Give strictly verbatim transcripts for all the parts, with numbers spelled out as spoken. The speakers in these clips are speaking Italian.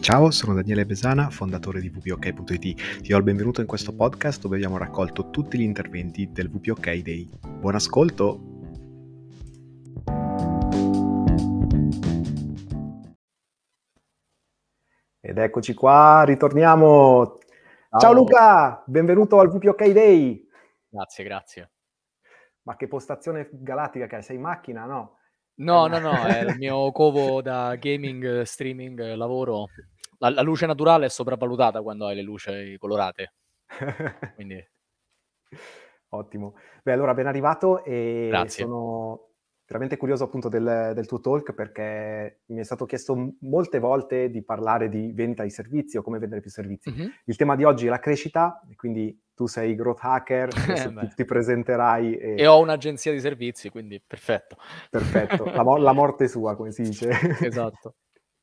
Ciao, sono Daniele Besana, fondatore di W P O K punto it. Ti do il benvenuto in questo podcast dove abbiamo raccolto tutti gli interventi del W P O K Day. Buon ascolto! Ed eccoci qua, ritorniamo. Ciao, Ciao Luca, benvenuto al W P O K Day. Grazie, grazie. Ma che postazione galattica che hai? Sei in macchina, no? No, no, no, è il mio covo da gaming, streaming, lavoro. La, la luce naturale è sopravvalutata quando hai le luci colorate. Quindi... Ottimo. Beh, allora ben arrivato e Grazie. sono veramente curioso appunto del, del tuo talk perché mi è stato chiesto m- molte volte di parlare di vendita di servizi o come vendere più servizi. Mm-hmm. Il tema di oggi è la crescita, e quindi tu sei growth hacker, adesso ti, ti presenterai. E... e ho un'agenzia di servizi, quindi perfetto. Perfetto, la, mo- la morte sua, come si dice. Esatto.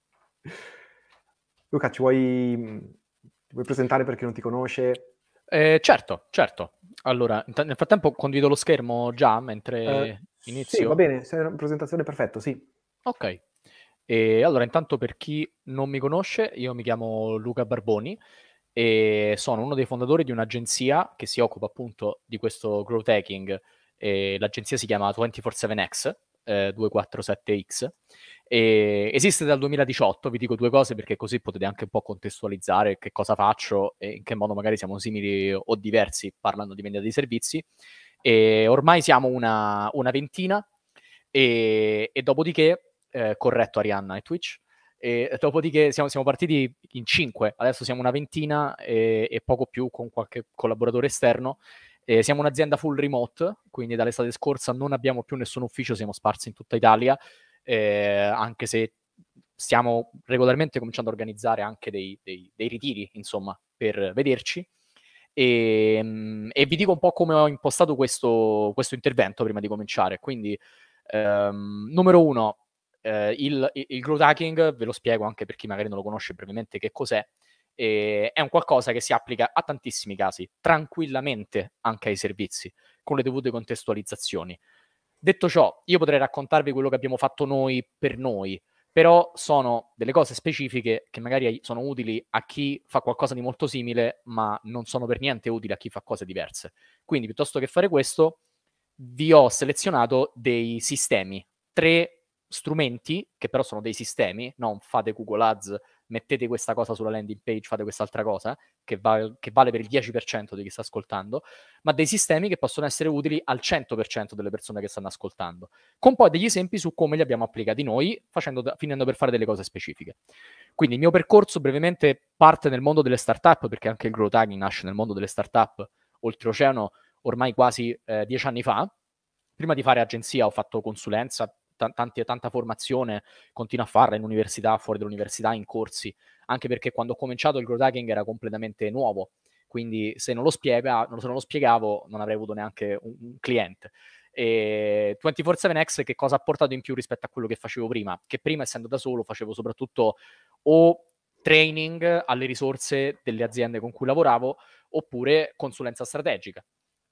Luca, ci vuoi, ti vuoi presentare per chi non ti conosce? Eh, certo, certo. Allora, nel frattempo condivido lo schermo già mentre eh, inizio? Sì, va bene, sei una presentazione perfetto, sì. Ok. E allora, intanto per chi non mi conosce, io mi chiamo Luca Barboni e sono uno dei fondatori di un'agenzia che si occupa appunto di questo growth hacking. E l'agenzia si chiama ventiquattro sette X, eh, duecentoquarantasette X, e esiste dal duemiladiciotto. Vi dico due cose perché così potete anche un po' contestualizzare che cosa faccio e in che modo magari siamo simili o diversi parlando di vendita di servizi. E ormai siamo una, una ventina e, e dopodiché eh, corretto Arianna e Twitch. E dopodiché siamo, siamo partiti in cinque, adesso siamo una ventina e, e poco più con qualche collaboratore esterno. Eh, siamo un'azienda full remote, quindi dall'estate scorsa non abbiamo più nessun ufficio, siamo sparsi in tutta Italia, eh, anche se stiamo regolarmente cominciando a organizzare anche dei, dei, dei ritiri, insomma, per vederci. E, e vi dico un po' come ho impostato questo, questo intervento prima di cominciare. Quindi, ehm, numero uno, eh, il, il growth hacking, ve lo spiego anche per chi magari non lo conosce brevemente che cos'è. E è un qualcosa che si applica a tantissimi casi, tranquillamente anche ai servizi, con le dovute contestualizzazioni. Detto ciò, io potrei raccontarvi quello che abbiamo fatto noi per noi, però sono delle cose specifiche che magari sono utili a chi fa qualcosa di molto simile, ma non sono per niente utili a chi fa cose diverse. Quindi, piuttosto che fare questo, vi ho selezionato dei sistemi, tre strumenti, che però sono dei sistemi, non fate Google Ads, mettete questa cosa sulla landing page, fate quest'altra cosa, che, va, che vale per il dieci per cento di chi sta ascoltando, ma dei sistemi che possono essere utili al cento per cento delle persone che stanno ascoltando, con poi degli esempi su come li abbiamo applicati noi, facendo, finendo per fare delle cose specifiche. Quindi il mio percorso brevemente parte nel mondo delle startup, perché anche il growth hacking nasce nel mondo delle startup oltreoceano ormai quasi eh, dieci anni fa. Prima di fare agenzia ho fatto consulenza, t- tanti, tanta formazione, continuo a farla in università, fuori dall'università, in corsi, anche perché quando ho cominciato il growth hacking era completamente nuovo, quindi se non lo, spiega, se non lo spiegavo non avrei avuto neanche un, un cliente. E ventiquattro sette X che cosa ha portato in più rispetto a quello che facevo prima? Che prima, essendo da solo, facevo soprattutto o training alle risorse delle aziende con cui lavoravo, oppure consulenza strategica.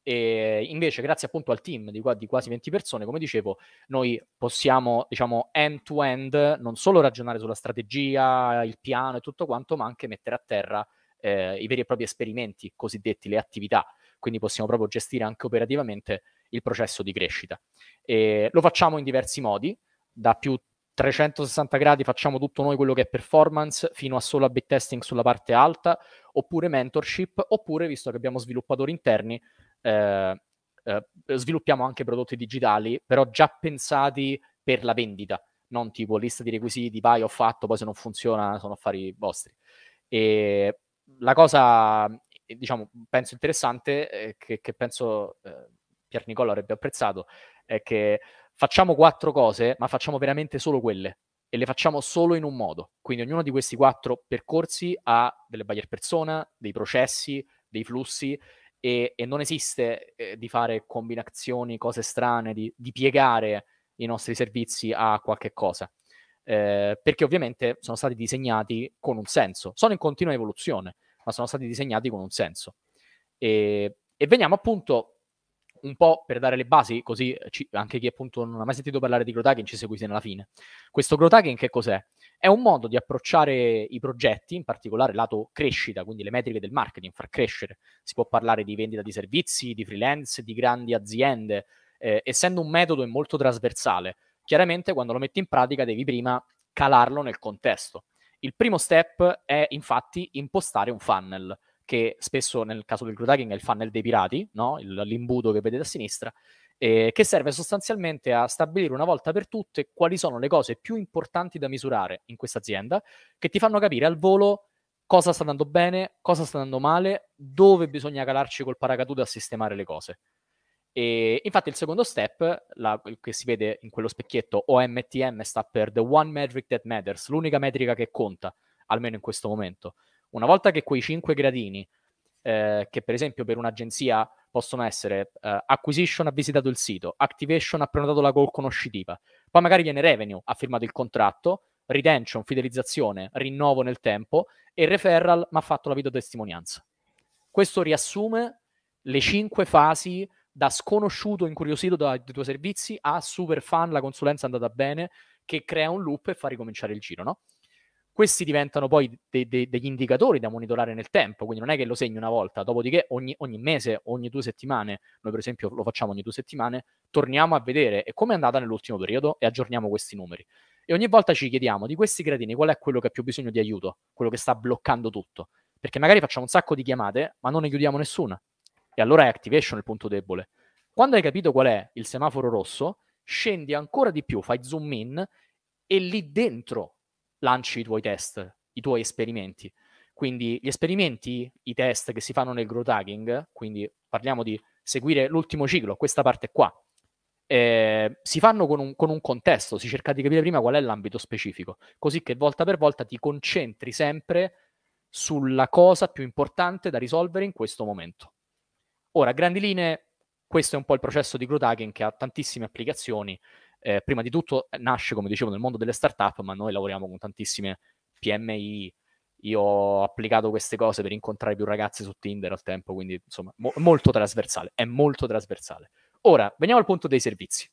E invece, grazie appunto al team di, qua, di quasi venti persone, come dicevo, noi possiamo, diciamo, end-to-end non solo ragionare sulla strategia, il piano e tutto quanto, ma anche mettere a terra eh, i veri e propri esperimenti cosiddetti, le attività. Quindi possiamo proprio gestire anche operativamente il processo di crescita. E lo facciamo in diversi modi, da più trecentosessanta gradi facciamo tutto noi quello che è performance, fino a solo A/B testing sulla parte alta, oppure mentorship, oppure, visto che abbiamo sviluppatori interni, eh, eh, sviluppiamo anche prodotti digitali, però già pensati per la vendita, non tipo lista di requisiti, vai, ho fatto, poi se non funziona sono affari vostri. E la cosa, diciamo, penso interessante, eh, che, che penso eh, Pier Nicola avrebbe apprezzato, è che facciamo quattro cose, ma facciamo veramente solo quelle e le facciamo solo in un modo. Quindi ognuno di questi quattro percorsi ha delle buyer persona, dei processi, dei flussi e, e non esiste eh, di fare combinazioni, cose strane, di, di piegare i nostri servizi a qualche cosa. Eh, perché ovviamente sono stati disegnati con un senso. Sono in continua evoluzione, ma sono stati disegnati con un senso. E, e veniamo appunto un po' per dare le basi, così ci, anche chi appunto non ha mai sentito parlare di growth hacking ci segui fino alla fine. Questo growth hacking che cos'è? È un modo di approcciare i progetti, in particolare lato crescita, quindi le metriche del marketing, far crescere. Si può parlare di vendita di servizi, di freelance, di grandi aziende, eh, essendo un metodo molto trasversale. Chiaramente quando lo metti in pratica devi prima calarlo nel contesto. Il primo step è infatti impostare un funnel, che spesso nel caso del growth hacking è il funnel dei pirati, no? il, l'imbuto che vedete a sinistra, eh, che serve sostanzialmente a stabilire una volta per tutte quali sono le cose più importanti da misurare in questa azienda, che ti fanno capire al volo cosa sta andando bene, cosa sta andando male, dove bisogna calarci col paracadute a sistemare le cose. E infatti il secondo step, la, che si vede in quello specchietto, O M T M, sta per The One Metric That Matters, l'unica metrica che conta, almeno in questo momento. Una volta che quei cinque gradini, eh, che per esempio per un'agenzia possono essere eh, acquisition, ha visitato il sito, activation, ha prenotato la call conoscitiva, poi magari viene revenue, ha firmato il contratto, retention, fidelizzazione, rinnovo nel tempo, e referral, ma ha fatto la videotestimonianza. Questo riassume le cinque fasi da sconosciuto incuriosito dai tuoi servizi a super fan, la consulenza è andata bene, che crea un loop e fa ricominciare il giro, no? Questi diventano poi de- de- degli indicatori da monitorare nel tempo, quindi non è che lo segni una volta, dopodiché ogni, ogni mese, ogni due settimane, noi per esempio lo facciamo ogni due settimane, torniamo a vedere come è andata nell'ultimo periodo e aggiorniamo questi numeri. E ogni volta ci chiediamo di questi gradini qual è quello che ha più bisogno di aiuto, quello che sta bloccando tutto, perché magari facciamo un sacco di chiamate, ma non ne chiudiamo nessuna. E allora è activation il punto debole. Quando hai capito qual è il semaforo rosso, scendi ancora di più, fai zoom in e lì dentro lanci i tuoi test, i tuoi esperimenti. Quindi gli esperimenti, i test che si fanno nel growth hacking, quindi parliamo di seguire l'ultimo ciclo, questa parte qua, eh, si fanno con un, con un contesto, si cerca di capire prima qual è l'ambito specifico, così che volta per volta ti concentri sempre sulla cosa più importante da risolvere in questo momento. Ora, a grandi linee, questo è un po' il processo di growth hacking che ha tantissime applicazioni. Eh, prima di tutto nasce, come dicevo, nel mondo delle startup, ma noi lavoriamo con tantissime P M I. Io ho applicato queste cose per incontrare più ragazzi su Tinder al tempo, quindi insomma, mo- molto trasversale, è molto trasversale. Ora, veniamo al punto dei servizi.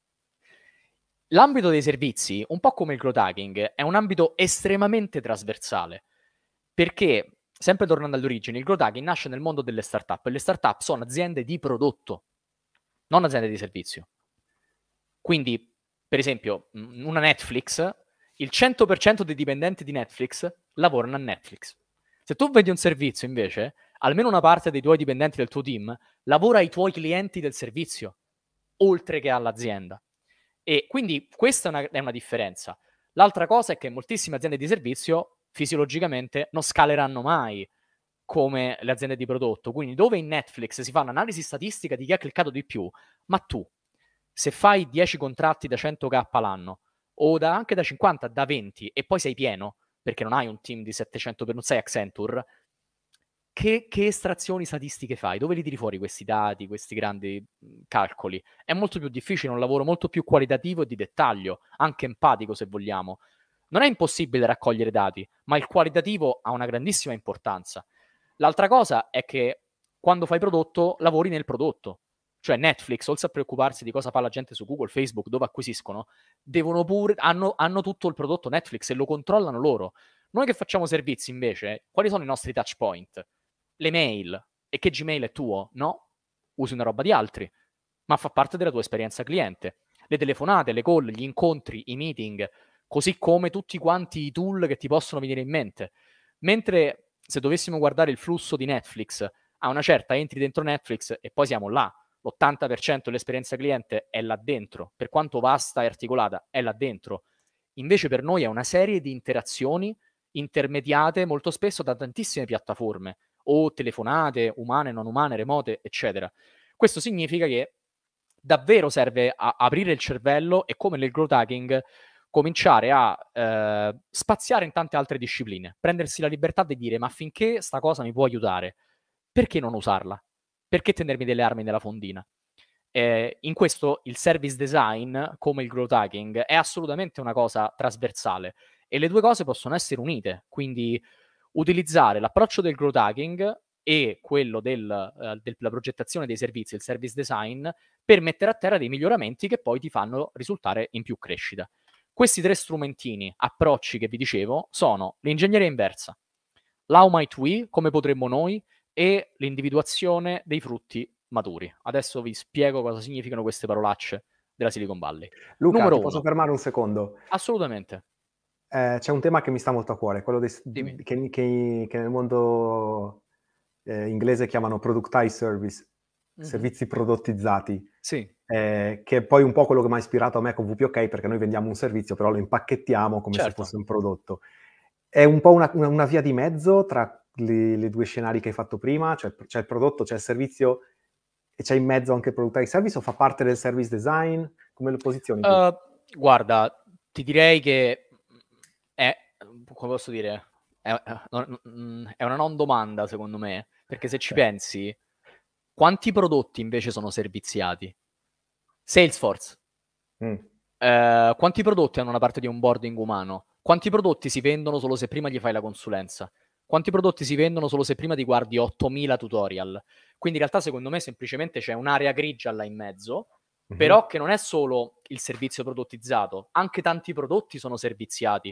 L'ambito dei servizi, un po' come il growth hacking, è un ambito estremamente trasversale, perché sempre tornando alle origini, il growth hacking nasce nel mondo delle startup e le startup sono aziende di prodotto, non aziende di servizio. Quindi, per esempio, una Netflix, il cento per cento dei dipendenti di Netflix lavorano a Netflix. Se tu vedi un servizio, invece, almeno una parte dei tuoi dipendenti del tuo team lavora ai tuoi clienti del servizio, oltre che all'azienda. E quindi questa è una, è una differenza. L'altra cosa è che moltissime aziende di servizio fisiologicamente non scaleranno mai come le aziende di prodotto. Quindi dove in Netflix si fa un'analisi statistica di chi ha cliccato di più, ma tu, se fai dieci contratti da cento k l'anno, o da, anche da cinquanta, da venti, e poi sei pieno, perché non hai un team di settecento, per non sei Accenture, che, che estrazioni statistiche fai? Dove li tiri fuori questi dati, questi grandi calcoli? È molto più difficile, un lavoro molto più qualitativo e di dettaglio, anche empatico se vogliamo. Non è impossibile raccogliere dati, ma il qualitativo ha una grandissima importanza. L'altra cosa è che quando fai prodotto, lavori nel prodotto. Cioè Netflix, oltre a preoccuparsi di cosa fa la gente su Google, Facebook, dove acquisiscono, devono pure, hanno, hanno tutto il prodotto Netflix e lo controllano loro. Noi che facciamo servizi, invece, quali sono i nostri touch point? Le mail. E che Gmail è tuo? No, usi una roba di altri, ma fa parte della tua esperienza cliente. Le telefonate, le call, gli incontri, i meeting, così come tutti quanti i tool che ti possono venire in mente. Mentre se dovessimo guardare il flusso di Netflix, a una certa entri dentro Netflix e poi siamo là. L'ottanta per cento dell'esperienza cliente è là dentro, per quanto vasta e articolata, è là dentro. Invece per noi è una serie di interazioni intermediate molto spesso da tantissime piattaforme, o telefonate, umane, non umane, remote, eccetera. Questo significa che davvero serve a aprire il cervello e, come nel growth hacking, cominciare a eh, spaziare in tante altre discipline, prendersi la libertà di dire: ma finché sta cosa mi può aiutare, perché non usarla? Perché tenermi delle armi nella fondina? Eh, in questo il service design, come il growth hacking, è assolutamente una cosa trasversale e le due cose possono essere unite, quindi utilizzare l'approccio del growth hacking e quello del, uh, della progettazione dei servizi, il service design, per mettere a terra dei miglioramenti che poi ti fanno risultare in più crescita. Questi tre strumentini, approcci che vi dicevo, sono l'ingegneria inversa, l'how might we, come potremmo noi, e l'individuazione dei frutti maturi. Adesso vi spiego cosa significano queste parolacce della Silicon Valley. Luca, Numero ti posso uno. fermare un secondo? Assolutamente. Eh, c'è un tema che mi sta molto a cuore, quello dei, che, che, che nel mondo eh, inglese chiamano productized service, mm-hmm. servizi prodottizzati. Sì. Eh, che è poi un po' quello che mi ha ispirato a me con V P O K, perché noi vendiamo un servizio, però lo impacchettiamo come certo. se fosse un prodotto. È un po' una, una, una via di mezzo tra le, le due scenari che hai fatto prima, cioè c'è il prodotto, c'è il servizio e c'è in mezzo anche il productized service, o fa parte del service design? Come lo posizioni tu? Uh, guarda, ti direi che è, come posso dire, è, è una non domanda secondo me, perché se ci okay. pensi, quanti prodotti invece sono serviziati? Salesforce. Mm. Uh, quanti prodotti hanno una parte di onboarding umano? Quanti prodotti si vendono solo se prima gli fai la consulenza? Quanti prodotti si vendono solo se prima ti guardi ottomila tutorial? Quindi in realtà secondo me semplicemente c'è un'area grigia là in mezzo, mm-hmm. però che non è solo il servizio prodottizzato, anche tanti prodotti sono serviziati.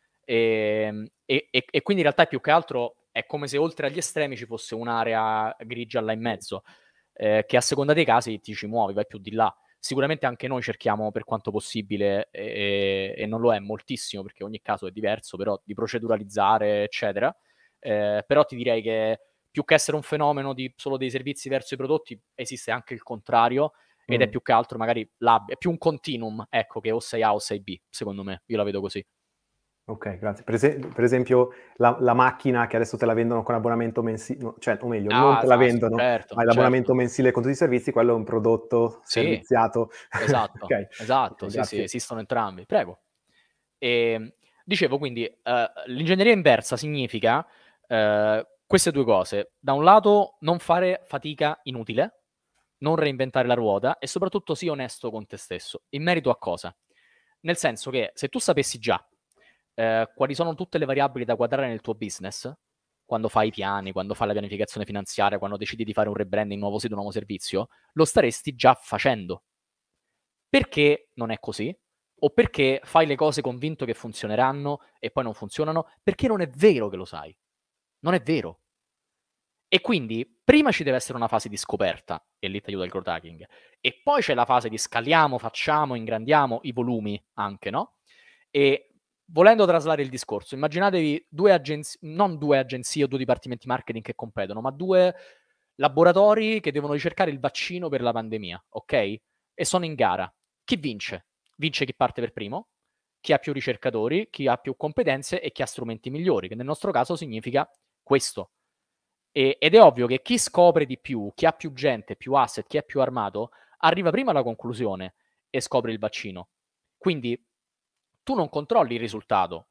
E, e, e quindi in realtà più che altro è come se oltre agli estremi ci fosse un'area grigia là in mezzo, eh, che a seconda dei casi ti ci muovi, vai più di là. Sicuramente anche noi cerchiamo per quanto possibile, e, e non lo è moltissimo perché ogni caso è diverso, però di proceduralizzare, eccetera. Eh, però ti direi che più che essere un fenomeno di solo dei servizi verso i prodotti, esiste anche il contrario, ed mm. è più che altro magari la, è più un continuum, ecco, che o sei A o sei B, secondo me, io la vedo così. Ok, grazie. Per, es- per esempio la, la macchina che adesso te la vendono con abbonamento mensile, cioè, o meglio, ah, non te la vendono, certo, ma è l'abbonamento certo. mensile con tutti i servizi, quello è un prodotto sì, serviziato. Esatto, okay. esatto, okay, sì, sì, esistono entrambi. Prego. E, dicevo, quindi, uh, l'ingegneria inversa significa uh, queste due cose. Da un lato, non fare fatica inutile, non reinventare la ruota, e soprattutto sii onesto con te stesso. In merito a cosa? Nel senso che se tu sapessi già Eh, quali sono tutte le variabili da guardare nel tuo business, quando fai i piani, quando fai la pianificazione finanziaria, quando decidi di fare un rebranding, nuovo sito, nuovo servizio, lo staresti già facendo. Perché non è così? O perché fai le cose convinto che funzioneranno e poi non funzionano? Perché non è vero che lo sai. Non è vero. E quindi prima ci deve essere una fase di scoperta, e lì ti aiuta il growth hacking, e poi c'è la fase di scaliamo, facciamo, ingrandiamo i volumi anche, no? E volendo traslare il discorso, immaginatevi due agenzie, non due agenzie o due dipartimenti marketing che competono, ma due laboratori che devono ricercare il vaccino per la pandemia, ok? E sono in gara. Chi vince? Vince chi parte per primo, chi ha più ricercatori, chi ha più competenze e chi ha strumenti migliori, che nel nostro caso significa questo. E, ed è ovvio che chi scopre di più, chi ha più gente, più asset, chi è più armato, arriva prima alla conclusione e scopre il vaccino. Quindi tu non controlli il risultato,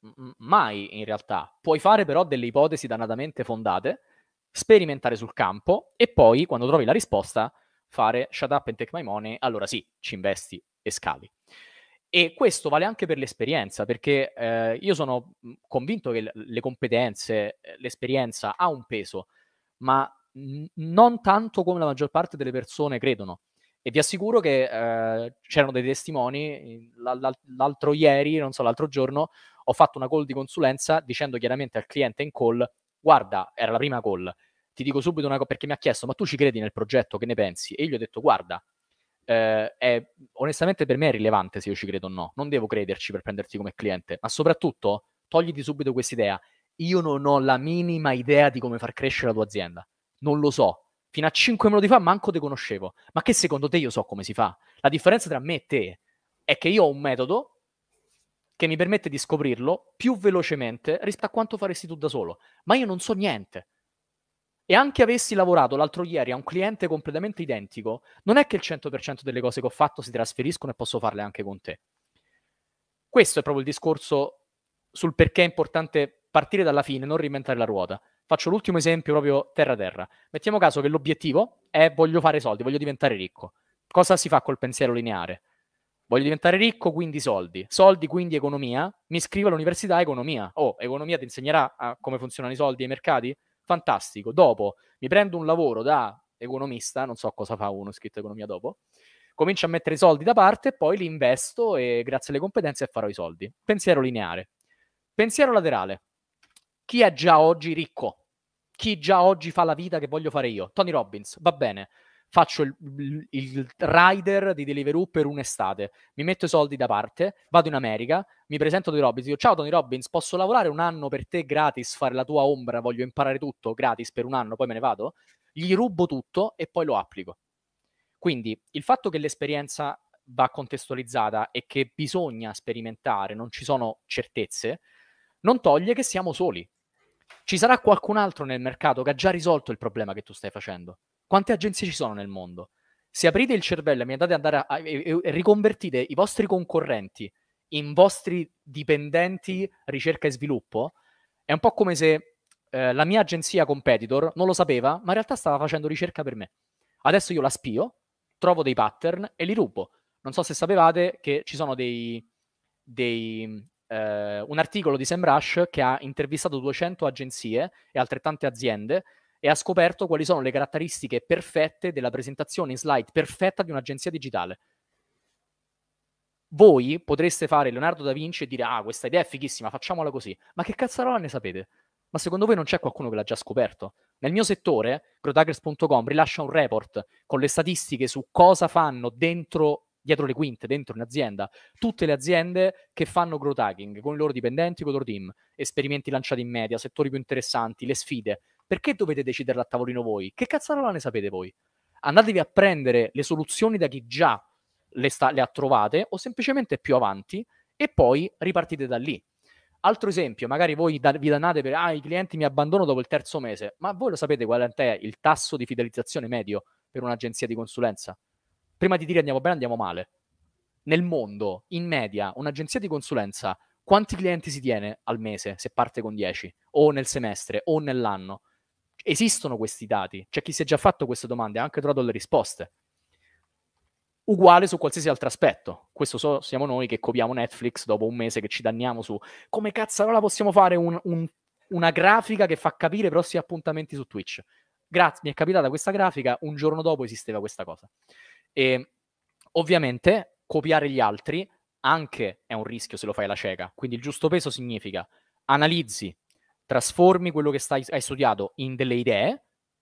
mai in realtà. Puoi fare però delle ipotesi dannatamente fondate, sperimentare sul campo e poi, quando trovi la risposta, fare shut up and take my money, allora sì, ci investi e scali. E questo vale anche per l'esperienza, perché eh, io sono convinto che le competenze, l'esperienza ha un peso, ma n- non tanto come la maggior parte delle persone credono. E vi assicuro che eh, c'erano dei testimoni, l'altro ieri, non so, l'altro giorno, ho fatto una call di consulenza dicendo chiaramente al cliente in call, guarda, era la prima call, ti dico subito una cosa, perché mi ha chiesto, ma tu ci credi nel progetto, che ne pensi? E io gli ho detto, guarda, eh, è, onestamente per me è rilevante se io ci credo o no, non devo crederci per prenderti come cliente, ma soprattutto togliti subito questa idea, io non ho la minima idea di come far crescere la tua azienda, non lo so. Fino a cinque minuti fa manco te conoscevo. Ma che secondo te io so come si fa? La differenza tra me e te è che io ho un metodo che mi permette di scoprirlo più velocemente rispetto a quanto faresti tu da solo. Ma io non so niente. E anche avessi lavorato l'altro ieri a un cliente completamente identico, non è che il cento per cento delle cose che ho fatto si trasferiscono e posso farle anche con te. Questo è proprio il discorso sul perché è importante partire dalla fine, non reinventare la ruota. Faccio l'ultimo esempio proprio terra-terra. Mettiamo caso che l'obiettivo è voglio fare soldi, voglio diventare ricco. Cosa si fa col pensiero lineare? Voglio diventare ricco, quindi soldi. Soldi, quindi economia. Mi iscrivo all'università economia. Oh, economia ti insegnerà a come funzionano i soldi e i mercati? fantastico. Dopo mi prendo un lavoro da economista, non so cosa fa uno scritto economia dopo, comincio a mettere i soldi da parte, poi li investo e grazie alle competenze farò i soldi. Pensiero lineare. Pensiero laterale. Chi è già oggi ricco? Chi già oggi fa la vita che voglio fare io? Tony Robbins, va bene. Faccio il, il, il rider di Deliveroo per un'estate, mi metto i soldi da parte, vado in America, mi presento a Tony Robbins, dico ciao Tony Robbins, posso lavorare un anno per te gratis, fare la tua ombra, voglio imparare tutto gratis per un anno, poi me ne vado? Gli rubo tutto e poi lo applico. Quindi il fatto che l'esperienza va contestualizzata e che bisogna sperimentare, non ci sono certezze, non toglie che siamo soli. Ci sarà qualcun altro nel mercato che ha già risolto il problema che tu stai facendo. Quante agenzie ci sono nel mondo? Se aprite il cervello e mi andate ad andare a, e, e riconvertite i vostri concorrenti in vostri dipendenti ricerca e sviluppo, è un po' come se eh, la mia agenzia competitor non lo sapeva, ma in realtà stava facendo ricerca per me. Adesso io la spio, trovo dei pattern e li rubo. Non so se sapevate che ci sono dei... dei eh, un articolo di SEMrush che ha intervistato duecento agenzie e altrettante aziende e ha scoperto quali sono le caratteristiche perfette della presentazione in slide perfetta di un'agenzia digitale. Voi potreste fare Leonardo da Vinci e dire ah, questa idea è fighissima, facciamola così. Ma che cazzarola ne sapete? Ma secondo voi non c'è qualcuno che l'ha già scoperto? Nel mio settore, growth hackers punto com rilascia un report con le statistiche su cosa fanno dentro, dietro le quinte, dentro un'azienda. Tutte le aziende che fanno growth hacking, con i loro dipendenti, con i loro team, esperimenti lanciati in media, settori più interessanti, le sfide. Perché dovete deciderla a tavolino voi? Che cazzarola ne sapete voi? Andatevi a prendere le soluzioni da chi già le, sta, le ha trovate o semplicemente più avanti e poi ripartite da lì. Altro esempio, magari voi da, vi dannate per ah, i clienti mi abbandonano dopo il terzo mese, ma voi lo sapete qual è il tasso di fidelizzazione medio per un'agenzia di consulenza? Prima di dire andiamo bene, andiamo male. Nel mondo, in media, un'agenzia di consulenza, quanti clienti si tiene al mese se parte con dieci? O nel semestre, o nell'anno? Esistono questi dati. C'è chi si è già fatto queste domande e ha anche trovato le risposte. Uguale su qualsiasi altro aspetto. Questo so, siamo noi che copiamo Netflix dopo un mese che ci danniamo su come cazzarola possiamo fare un, un, una grafica che fa capire i prossimi appuntamenti su Twitch. Grazie, mi è capitata questa grafica, un giorno dopo esisteva questa cosa. E ovviamente copiare gli altri anche è un rischio se lo fai alla cieca. Quindi il giusto peso significa analizzi, trasformi quello che stai, hai studiato in delle idee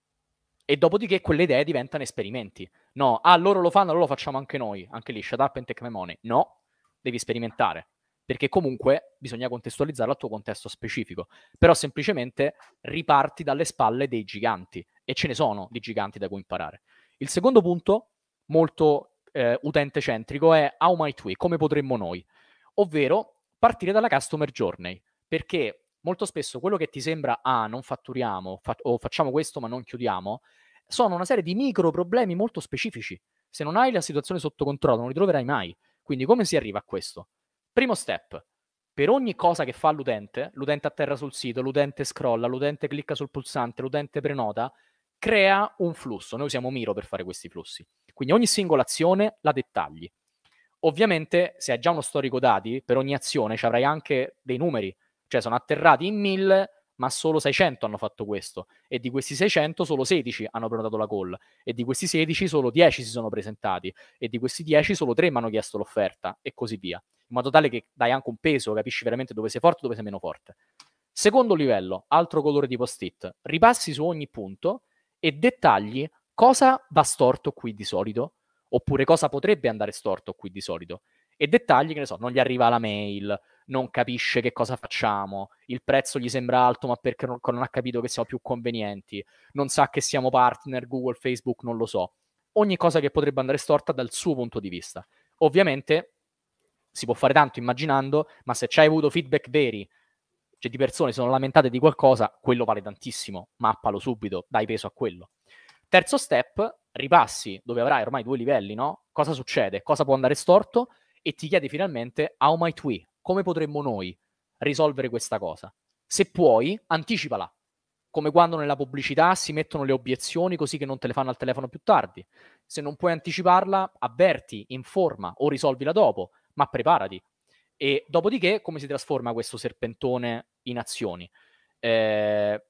e dopodiché quelle idee diventano esperimenti. No, ah, loro lo fanno, allora lo facciamo anche noi. Anche lì, shut up and take my money. No, devi sperimentare. Perché comunque bisogna contestualizzarlo al tuo contesto specifico. Però semplicemente riparti dalle spalle dei giganti. E ce ne sono di giganti da cui imparare. Il secondo punto, molto eh, utente-centrico, è how might we? Come potremmo noi? Ovvero partire dalla customer journey. Perché molto spesso quello che ti sembra, ah, non fatturiamo, fa- o facciamo questo ma non chiudiamo, sono una serie di micro problemi molto specifici. Se non hai la situazione sotto controllo non li troverai mai. Quindi come si arriva a questo? Primo step, per ogni cosa che fa l'utente, l'utente atterra sul sito, l'utente scrolla, l'utente clicca sul pulsante, l'utente prenota, crea un flusso. Noi usiamo Miro per fare questi flussi. Quindi ogni singola azione la dettagli. Ovviamente se hai già uno storico dati, per ogni azione ci avrai anche dei numeri. Cioè sono atterrati in mille, ma solo seicento hanno fatto questo. E di questi seicento solo sedici hanno prenotato la call. E di questi sedici solo dieci si sono presentati. E di questi dieci solo tre mi hanno chiesto l'offerta. E così via. In modo tale che dai anche un peso, capisci veramente dove sei forte e dove sei meno forte. Secondo livello, altro colore di post-it. Ripassi su ogni punto e dettagli cosa va storto qui di solito. Oppure cosa potrebbe andare storto qui di solito. E dettagli, che ne so, non gli arriva la mail, non capisce che cosa facciamo, il prezzo gli sembra alto ma perché non, non ha capito che siamo più convenienti, non sa che siamo partner, Google, Facebook, non lo so. Ogni cosa che potrebbe andare storta dal suo punto di vista. Ovviamente si può fare tanto immaginando, ma se ci hai avuto feedback veri, cioè di persone si sono lamentate di qualcosa, quello vale tantissimo, mappalo subito, dai peso a quello. Terzo step, ripassi, dove avrai ormai due livelli, no? Cosa succede? Cosa può andare storto? E ti chiedi finalmente, how might we? Come potremmo noi risolvere questa cosa? Se puoi, anticipala. Come quando nella pubblicità si mettono le obiezioni così che non te le fanno al telefono più tardi. Se non puoi anticiparla, avverti, informa o risolvila dopo, ma preparati. E dopodiché come si trasforma questo serpentone in azioni? Eh,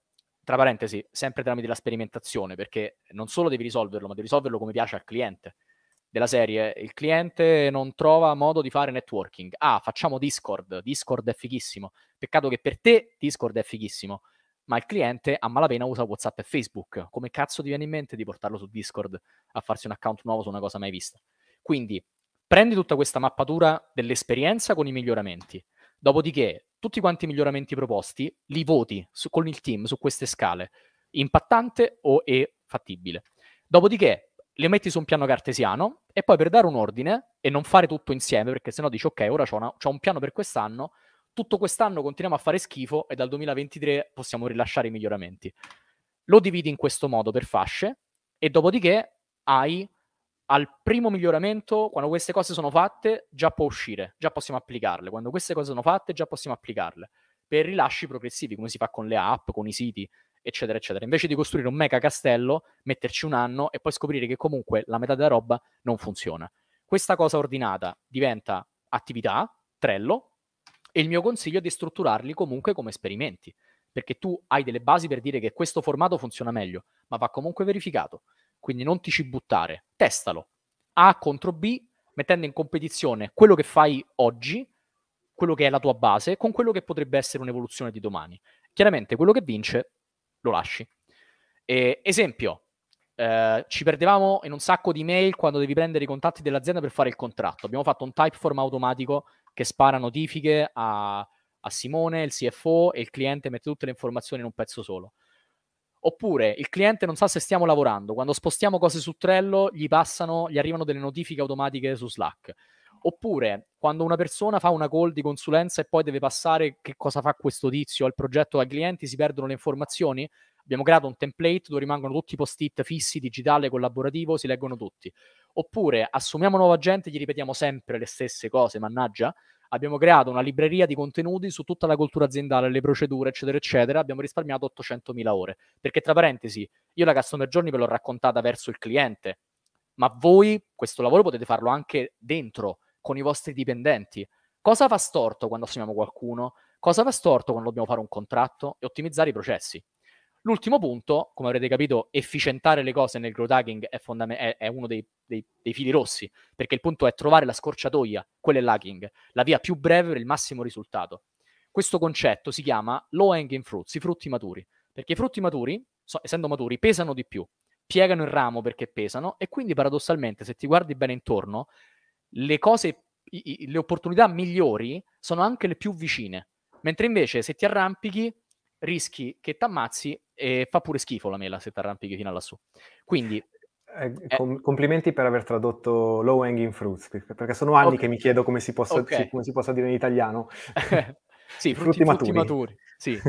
tra parentesi, sempre tramite la sperimentazione, perché non solo devi risolverlo, ma devi risolverlo come piace al cliente. Della serie, il cliente non trova modo di fare networking. Ah, facciamo Discord. Discord è fighissimo. Peccato che per te Discord è fighissimo, ma il cliente a malapena usa WhatsApp e Facebook. Come cazzo ti viene in mente di portarlo su Discord a farsi un account nuovo su una cosa mai vista? Quindi prendi tutta questa mappatura dell'esperienza con i miglioramenti. Dopodiché, tutti quanti i miglioramenti proposti li voti su, con il team su queste scale, impattante o è fattibile. Dopodiché li metti su un piano cartesiano e poi per dare un ordine e non fare tutto insieme, perché sennò dici ok, ora c'ho, una, c'ho un piano per quest'anno, tutto quest'anno continuiamo a fare schifo e dal duemilaventitré possiamo rilasciare i miglioramenti. Lo dividi in questo modo per fasce e dopodiché hai al primo miglioramento, quando queste cose sono fatte, già può uscire, già possiamo applicarle. Quando queste cose sono fatte, già possiamo applicarle. Per rilasci progressivi, come si fa con le app, con i siti, eccetera, eccetera. Invece di costruire un mega castello, metterci un anno e poi scoprire che comunque la metà della roba non funziona. Questa cosa ordinata diventa attività, Trello, e il mio consiglio è di strutturarli comunque come esperimenti, perché tu hai delle basi per dire che questo formato funziona meglio, ma va comunque verificato. Quindi non ti ci buttare, testalo. A contro B, mettendo in competizione quello che fai oggi, quello che è la tua base, con quello che potrebbe essere un'evoluzione di domani. Chiaramente quello che vince lo lasci. E, esempio, eh, ci perdevamo in un sacco di mail quando devi prendere i contatti dell'azienda per fare il contratto. Abbiamo fatto un typeform automatico che spara notifiche a, a Simone, il C F O, e il cliente mette tutte le informazioni in un pezzo solo. Oppure il cliente non sa se stiamo lavorando, quando spostiamo cose su Trello gli passano, gli arrivano delle notifiche automatiche su Slack. Oppure quando una persona fa una call di consulenza e poi deve passare che cosa fa questo tizio al progetto ai clienti, si perdono le informazioni. Abbiamo creato un template dove rimangono tutti i post-it fissi, digitale, collaborativo, si leggono tutti. Oppure assumiamo nuova gente e gli ripetiamo sempre le stesse cose, mannaggia. Abbiamo creato una libreria di contenuti su tutta la cultura aziendale, le procedure, eccetera, eccetera. Abbiamo risparmiato ottocentomila ore. Perché, tra parentesi, io la Customer Journey ve l'ho raccontata verso il cliente, ma voi questo lavoro potete farlo anche dentro, con i vostri dipendenti. Cosa fa storto quando assumiamo qualcuno? Cosa va storto quando dobbiamo fare un contratto? E ottimizzare i processi. L'ultimo punto, come avrete capito, efficientare le cose nel growth hacking è, fondam- è, è uno dei, dei, dei fili rossi, perché il punto è trovare la scorciatoia, quello è l'hacking, la via più breve per il massimo risultato. Questo concetto si chiama low hanging fruits, i frutti maturi, perché i frutti maturi, so, essendo maturi, pesano di più, piegano il ramo perché pesano, e quindi paradossalmente, se ti guardi bene intorno, le cose, i, i, le opportunità migliori sono anche le più vicine, mentre invece se ti arrampichi rischi che t'ammazzi e fa pure schifo la mela se ti arrampichi fino a lassù. Quindi eh, com- complimenti per aver tradotto low hanging fruits, perché sono anni okay. che mi chiedo come si possa, Okay. come si possa dire in italiano. Sì, frutti frutti, frutti maturi. maturi, sì.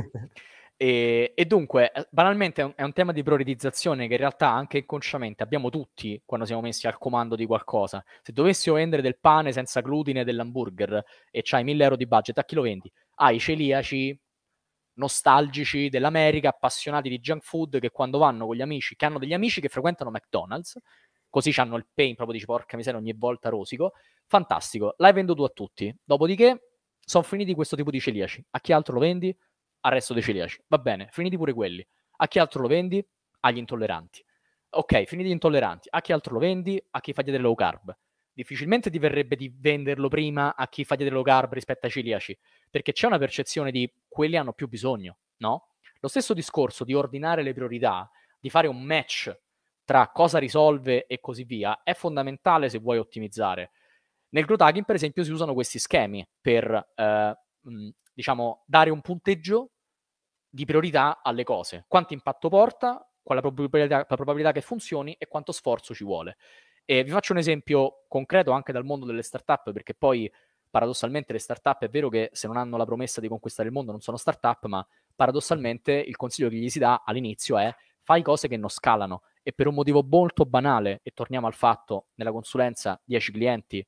E, e dunque, banalmente è un, è un tema di priorizzazione che in realtà anche inconsciamente abbiamo tutti quando siamo messi al comando di qualcosa. Se dovessimo vendere del pane senza glutine dell'hamburger e c'hai mille euro di budget, a chi lo vendi? Ai celiaci, nostalgici dell'America, appassionati di junk food, che quando vanno con gli amici, che hanno degli amici che frequentano McDonald's, così hanno il pain, proprio dici porca miseria ogni volta rosico, fantastico, l'hai venduto a tutti. Dopodiché sono finiti questo tipo di celiaci. A chi altro lo vendi? Al resto dei celiaci. Va bene, finiti pure quelli. A chi altro lo vendi? Agli intolleranti. Ok, finiti gli intolleranti. A chi altro lo vendi? A chi fa dieta low carb. Difficilmente ti verrebbe di venderlo prima a chi fa dieta low carb rispetto ai celiaci, perché c'è una percezione di quelli hanno più bisogno, no? Lo stesso discorso di ordinare le priorità, di fare un match tra cosa risolve e così via, è fondamentale se vuoi ottimizzare. Nel growth hacking, per esempio, si usano questi schemi per, eh, mh, diciamo, dare un punteggio di priorità alle cose. Quanto impatto porta, qual è la probabilità, la probabilità che funzioni e quanto sforzo ci vuole. E vi faccio un esempio concreto anche dal mondo delle startup, perché poi paradossalmente le startup è vero che se non hanno la promessa di conquistare il mondo non sono startup, ma paradossalmente il consiglio che gli si dà all'inizio è fai cose che non scalano, e per un motivo molto banale, e torniamo al fatto, nella consulenza dieci clienti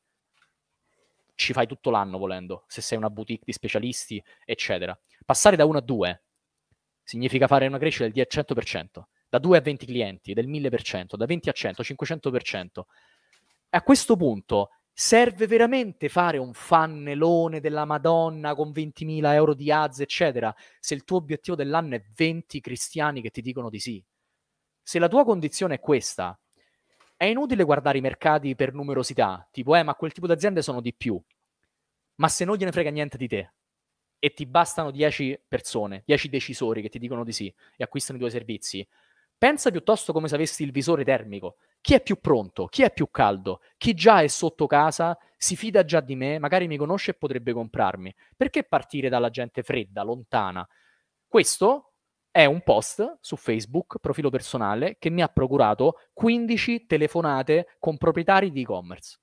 ci fai tutto l'anno volendo, se sei una boutique di specialisti, eccetera. Passare da uno a due significa fare una crescita del cento per cento, da due a venti clienti, del mille per cento, da venti a cento, cinquecento per cento. E a questo punto serve veramente fare un funnelone della Madonna con ventimila euro di ads, eccetera, se il tuo obiettivo dell'anno è venti cristiani che ti dicono di sì? Se la tua condizione è questa, è inutile guardare i mercati per numerosità, tipo, eh, ma quel tipo di aziende sono di più. Ma se non gliene frega niente di te e ti bastano dieci persone, dieci decisori che ti dicono di sì e acquistano i tuoi servizi, pensa piuttosto come se avessi il visore termico. Chi è più pronto? Chi è più caldo? Chi già è sotto casa, si fida già di me, magari mi conosce e potrebbe comprarmi. Perché partire dalla gente fredda, lontana? Questo è un post su Facebook, profilo personale, che mi ha procurato quindici telefonate con proprietari di e-commerce.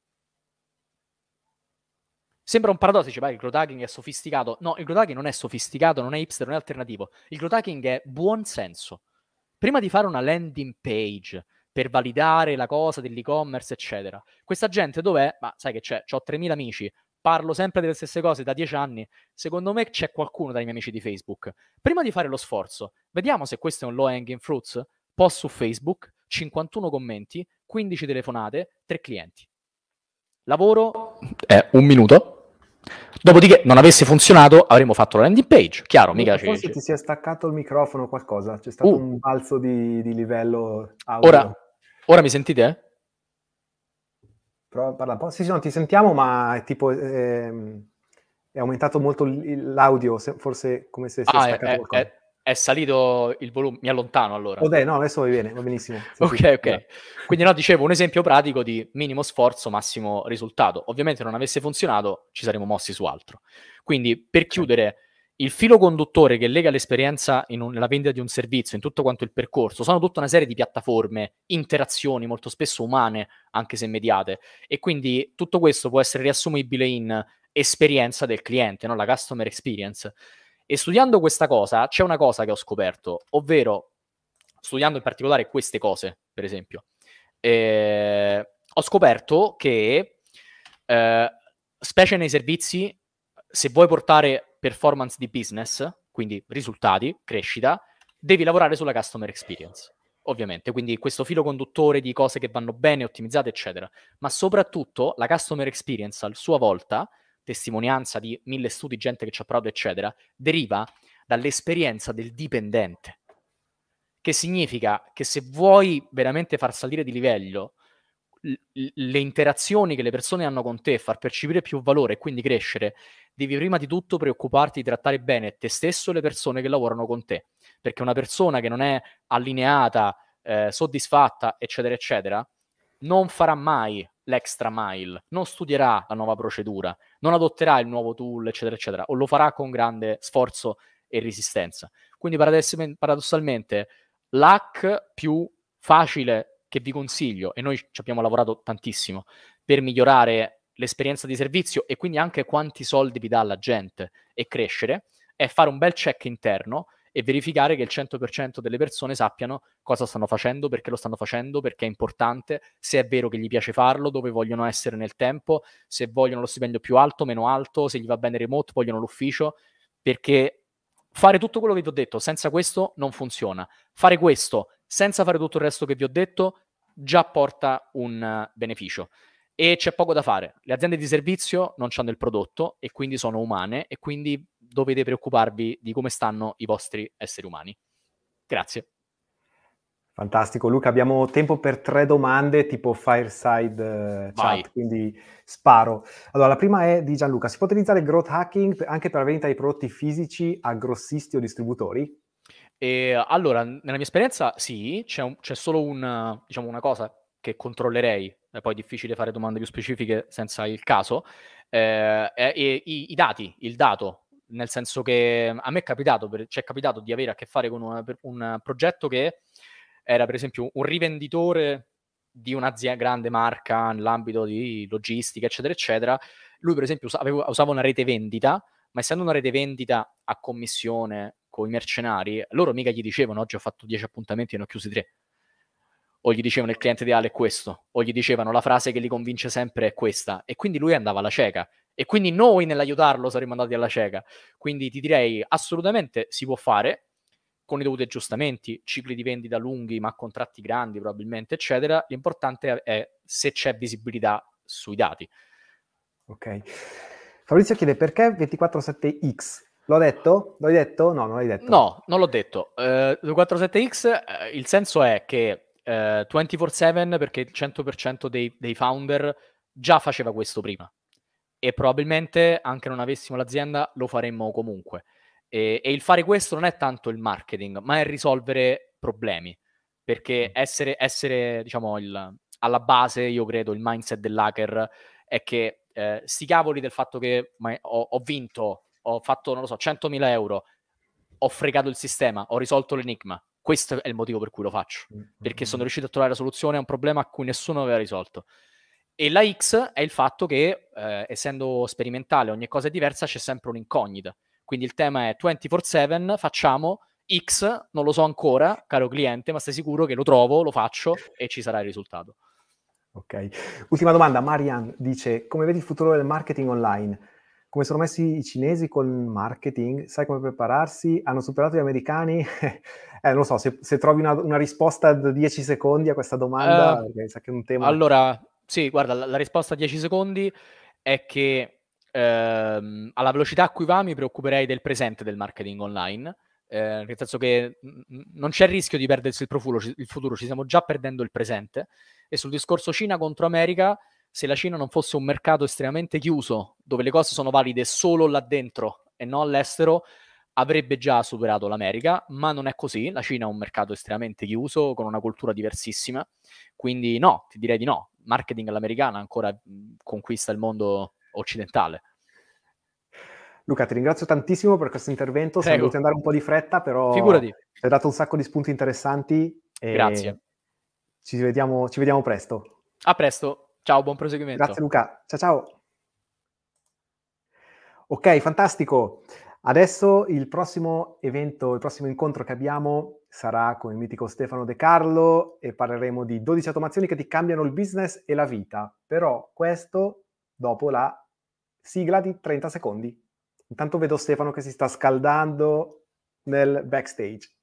Sembra un paradosso, dice, il growth hacking è sofisticato. No, il growth hacking non è sofisticato, non è hipster, non è alternativo. Il growth hacking è buon senso. Prima di fare una landing page per validare la cosa dell'e-commerce, eccetera, questa gente dov'è? Ma sai che c'è? C'ho tremila amici, parlo sempre delle stesse cose da dieci anni. Secondo me c'è qualcuno dai miei amici di Facebook. Prima di fare lo sforzo, vediamo se questo è un low hanging fruits. Post su Facebook, cinquantuno commenti, quindici telefonate, tre clienti. Lavoro è un minuto. Dopodiché non avesse funzionato, avremmo fatto la landing page. Chiaro, mica ci, Forse ci... ti si è staccato il microfono o qualcosa, c'è stato Uh, un balzo di, di livello audio. ora, ora mi sentite? Prova, parla un po'. Sì, sì, non ti sentiamo, ma è tipo ehm, è aumentato molto l- l'audio, se- forse come se si è Ah, è, staccato è, qualcosa. è, è salito il volume. Mi allontano allora. Oh, dai, no, adesso va bene, va benissimo. Sì, Ok, sì, ok. grazie. Quindi no, dicevo un esempio pratico di minimo sforzo, massimo risultato. Ovviamente non avesse funzionato, ci saremmo mossi su altro. Quindi per Okay. chiudere, il filo conduttore che lega l'esperienza in un, nella vendita di un servizio, in tutto quanto il percorso, sono tutta una serie di piattaforme, interazioni molto spesso umane, anche se mediate. E quindi tutto questo può essere riassumibile in esperienza del cliente, no? La customer experience. E studiando questa cosa, c'è una cosa che ho scoperto, ovvero studiando in particolare queste cose, per esempio, eh, ho scoperto che, eh, specie nei servizi, se vuoi portare performance di business, quindi risultati, crescita, devi lavorare sulla customer experience, ovviamente. Quindi questo filo conduttore di cose che vanno bene, ottimizzate, eccetera. Ma soprattutto la customer experience, a sua volta, testimonianza di mille studi, gente che ci ha provato, eccetera, deriva dall'esperienza del dipendente. Che significa che se vuoi veramente far salire di livello l- le interazioni che le persone hanno con te, far percepire più valore e quindi crescere, devi prima di tutto preoccuparti di trattare bene te stesso e le persone che lavorano con te. Perché una persona che non è allineata, eh, soddisfatta, eccetera, eccetera, non farà mai l'extra mile, non studierà la nuova procedura, non adotterà il nuovo tool, eccetera, eccetera, o lo farà con grande sforzo e resistenza. Quindi paradossalmente l'hack più facile che vi consiglio, e noi ci abbiamo lavorato tantissimo per migliorare l'esperienza di servizio e quindi anche quanti soldi vi dà la gente e crescere, è fare un bel check interno e verificare che il cento per cento delle persone sappiano cosa stanno facendo, perché lo stanno facendo, perché è importante, se è vero che gli piace farlo, dove vogliono essere nel tempo, se vogliono lo stipendio più alto, meno alto, se gli va bene remote, vogliono l'ufficio, perché fare tutto quello che vi ho detto senza questo non funziona. Fare questo senza fare tutto il resto che vi ho detto già porta un uh, beneficio. E c'è poco da fare. Le aziende di servizio non hanno il prodotto e quindi sono umane e quindi dovete preoccuparvi di come stanno i vostri esseri umani. Grazie. Fantastico. Luca, abbiamo tempo per tre domande tipo fireside uh, Vai. chat, quindi sparo. Allora, la prima è di Gianluca. Si può utilizzare il growth hacking anche per la vendita di prodotti fisici a grossisti o distributori? E, allora, nella mia esperienza sì, c'è, un, c'è solo un, diciamo, una cosa che controllerei, è poi difficile fare domande più specifiche senza il caso, eh, è, è i, i dati, il dato, nel senso che a me è capitato, per, ci è capitato di avere a che fare con una, un progetto che era per esempio un rivenditore di un'azienda grande marca nell'ambito di logistica, eccetera, eccetera. Lui per esempio usava, usava una rete vendita, ma essendo una rete vendita a commissione con i mercenari, loro mica gli dicevano oggi ho fatto dieci appuntamenti e ne ho chiusi tre. O gli dicevano il cliente ideale è questo, o gli dicevano la frase che li convince sempre è questa, e quindi lui andava alla cieca. E quindi noi nell'aiutarlo saremmo andati alla cieca. Quindi ti direi assolutamente si può fare con i dovuti aggiustamenti, cicli di vendita lunghi ma contratti grandi probabilmente, eccetera. L'importante è se c'è visibilità sui dati. Ok. Fabrizio chiede perché ventiquattro sette X? L'ho detto? L'hai detto? No, non l'hai detto. No, non l'ho detto. Uh, ventiquattro sette X, uh, il senso è che uh, ventiquattro sette, perché il cento per cento dei, dei founder già faceva questo prima. E probabilmente, anche non avessimo l'azienda, lo faremmo comunque. E, e il fare questo non è tanto il marketing, ma è risolvere problemi. Perché essere, essere diciamo, il, alla base, io credo, il mindset dell'hacker è che eh, sti cavoli del fatto che ma, ho, ho vinto, ho fatto, non lo so, centomila euro, ho fregato il sistema, ho risolto l'enigma. Questo è il motivo per cui lo faccio. Perché sono riuscito a trovare la soluzione a un problema a cui nessuno aveva risolto. E la X è il fatto che, eh, essendo sperimentale, ogni cosa è diversa, c'è sempre un'incognita. Quindi il tema è ventiquattro sette, facciamo X, non lo so ancora, caro cliente, ma stai sicuro che lo trovo, lo faccio e ci sarà il risultato. Ok. Ultima domanda, Marian dice, come vedi il futuro del marketing online? Come sono messi i cinesi col marketing? Sai come prepararsi? Hanno superato gli americani? eh, non lo so, se, se trovi una, una risposta di dieci secondi a questa domanda, Uh, perché sa che è un tema... allora, sì, guarda, la, la risposta a dieci secondi è che ehm, alla velocità a cui va mi preoccuperei del presente del marketing online, eh, nel senso che mh, non c'è il rischio di perdersi il, profulo, il futuro, ci stiamo già perdendo il presente. E sul discorso Cina contro America, se la Cina non fosse un mercato estremamente chiuso, dove le cose sono valide solo là dentro e non all'estero, avrebbe già superato l'America, ma non è così. La Cina è un mercato estremamente chiuso, con una cultura diversissima, quindi no, ti direi di no. Marketing all'americana ancora mh, conquista il mondo occidentale. Luca, ti ringrazio tantissimo per questo intervento, siamo Prego. dovuti andare un po' di fretta, però Figurati. ci hai dato un sacco di spunti interessanti Grazie. e ci vediamo, ci vediamo presto. A presto. Ciao, buon proseguimento. Grazie Luca, ciao ciao. Ok, fantastico. Adesso il prossimo evento, il prossimo incontro che abbiamo sarà con il mitico Stefano De Carlo e parleremo di dodici automazioni che ti cambiano il business e la vita. Però questo dopo la sigla di trenta secondi. Intanto vedo Stefano che si sta scaldando nel backstage.